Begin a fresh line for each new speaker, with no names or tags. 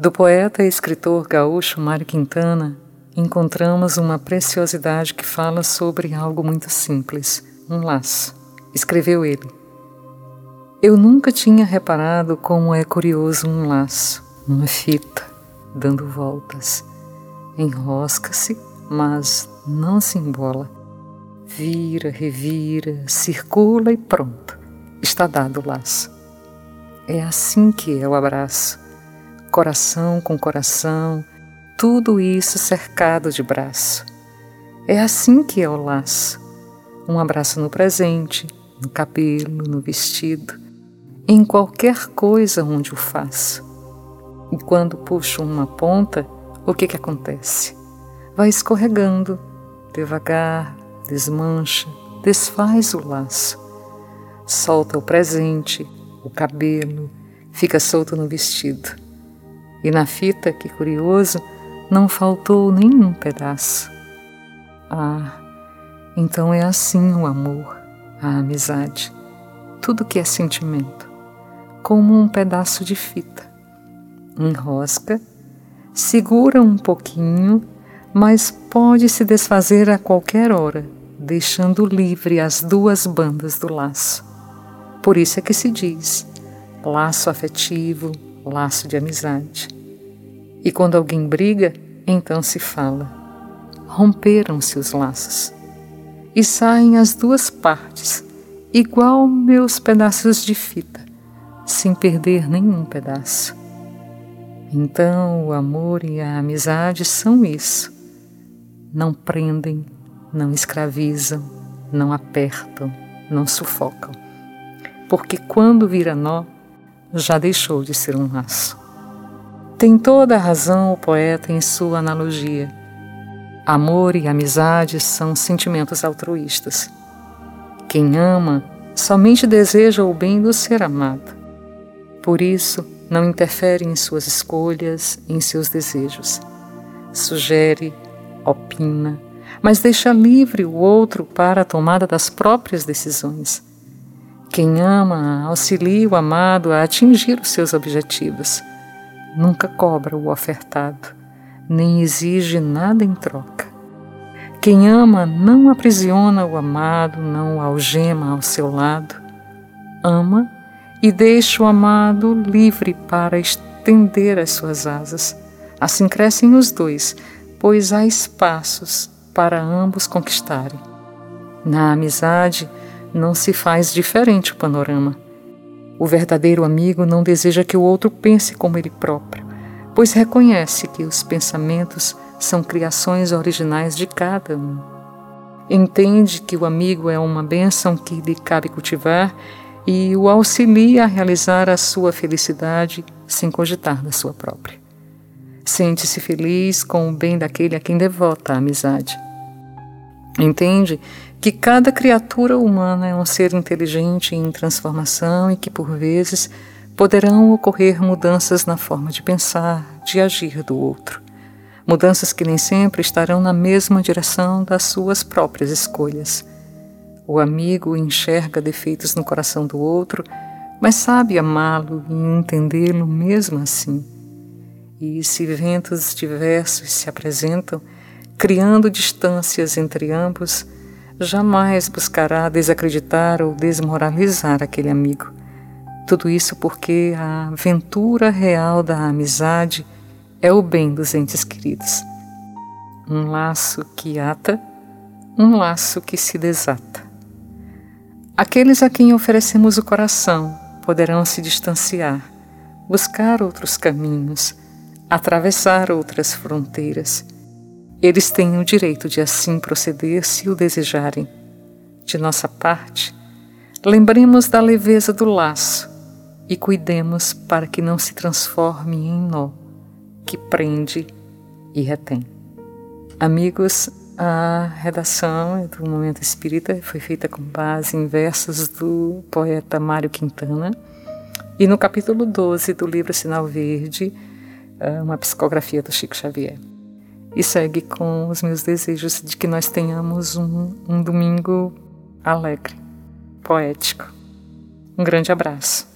Do poeta e escritor gaúcho Mário Quintana, encontramos uma preciosidade que fala sobre algo muito simples, um laço. Escreveu ele: eu nunca tinha reparado como é curioso um laço, uma fita, dando voltas. Enrosca-se, mas não se embola. Vira, revira, circula e pronto, está dado o laço. É assim que é o abraço, coração com coração, tudo isso cercado de braço. É assim que é o laço, um abraço no presente, no cabelo, no vestido, em qualquer coisa onde o faço. E quando puxo uma ponta, o que acontece? Vai escorregando, devagar, desmancha, desfaz o laço. Solta o presente, o cabelo, fica solto no vestido. E na fita, que curioso, não faltou nenhum pedaço. Ah, então é assim o amor, a amizade, tudo que é sentimento, como um pedaço de fita. Enrosca, segura um pouquinho, mas pode se desfazer a qualquer hora, deixando livre as duas bandas do laço. Por isso é que se diz laço afetivo, laço de amizade. E quando alguém briga, então se fala: romperam-se os laços. E saem as duas partes, igual meus pedaços de fita, sem perder nenhum pedaço. Então o amor e a amizade são isso. Não prendem, não escravizam, não apertam, não sufocam. Porque quando vira nó, já deixou de ser um laço. Tem toda a razão o poeta em sua analogia. Amor e amizade são sentimentos altruístas. Quem ama somente deseja o bem do ser amado. Por isso, não interfere em suas escolhas, em seus desejos. Sugere, opina, mas deixa livre o outro para a tomada das próprias decisões. Quem ama auxilia o amado a atingir os seus objetivos. Nunca cobra o ofertado, nem exige nada em troca. Quem ama não aprisiona o amado, não o algema ao seu lado. Ama e deixa o amado livre para estender as suas asas. Assim crescem os dois, pois há espaços para ambos conquistarem. Na amizade não se faz diferente o panorama. O verdadeiro amigo não deseja que o outro pense como ele próprio, pois reconhece que os pensamentos são criações originais de cada um. Entende que o amigo é uma bênção que lhe cabe cultivar e o auxilia a realizar a sua felicidade sem cogitar da sua própria. Sente-se feliz com o bem daquele a quem devota a amizade. Entende que cada criatura humana é um ser inteligente em transformação e que, por vezes, poderão ocorrer mudanças na forma de pensar, de agir do outro. Mudanças que nem sempre estarão na mesma direção das suas próprias escolhas. O amigo enxerga defeitos no coração do outro, mas sabe amá-lo e entendê-lo mesmo assim. E se ventos diversos se apresentam, criando distâncias entre ambos, jamais buscará desacreditar ou desmoralizar aquele amigo. Tudo isso porque a aventura real da amizade é o bem dos entes queridos. Um laço que ata, um laço que se desata. Aqueles a quem oferecemos o coração poderão se distanciar, buscar outros caminhos, atravessar outras fronteiras. Eles têm o direito de assim proceder se o desejarem. De nossa parte, lembremos da leveza do laço e cuidemos para que não se transforme em nó, que prende e retém. Amigos, a redação do Momento Espírita foi feita com base em versos do poeta Mário Quintana e no capítulo 12 do livro Sinal Verde, uma psicografia do Chico Xavier. E segue com os meus desejos de que nós tenhamos um domingo alegre, poético. Um grande abraço.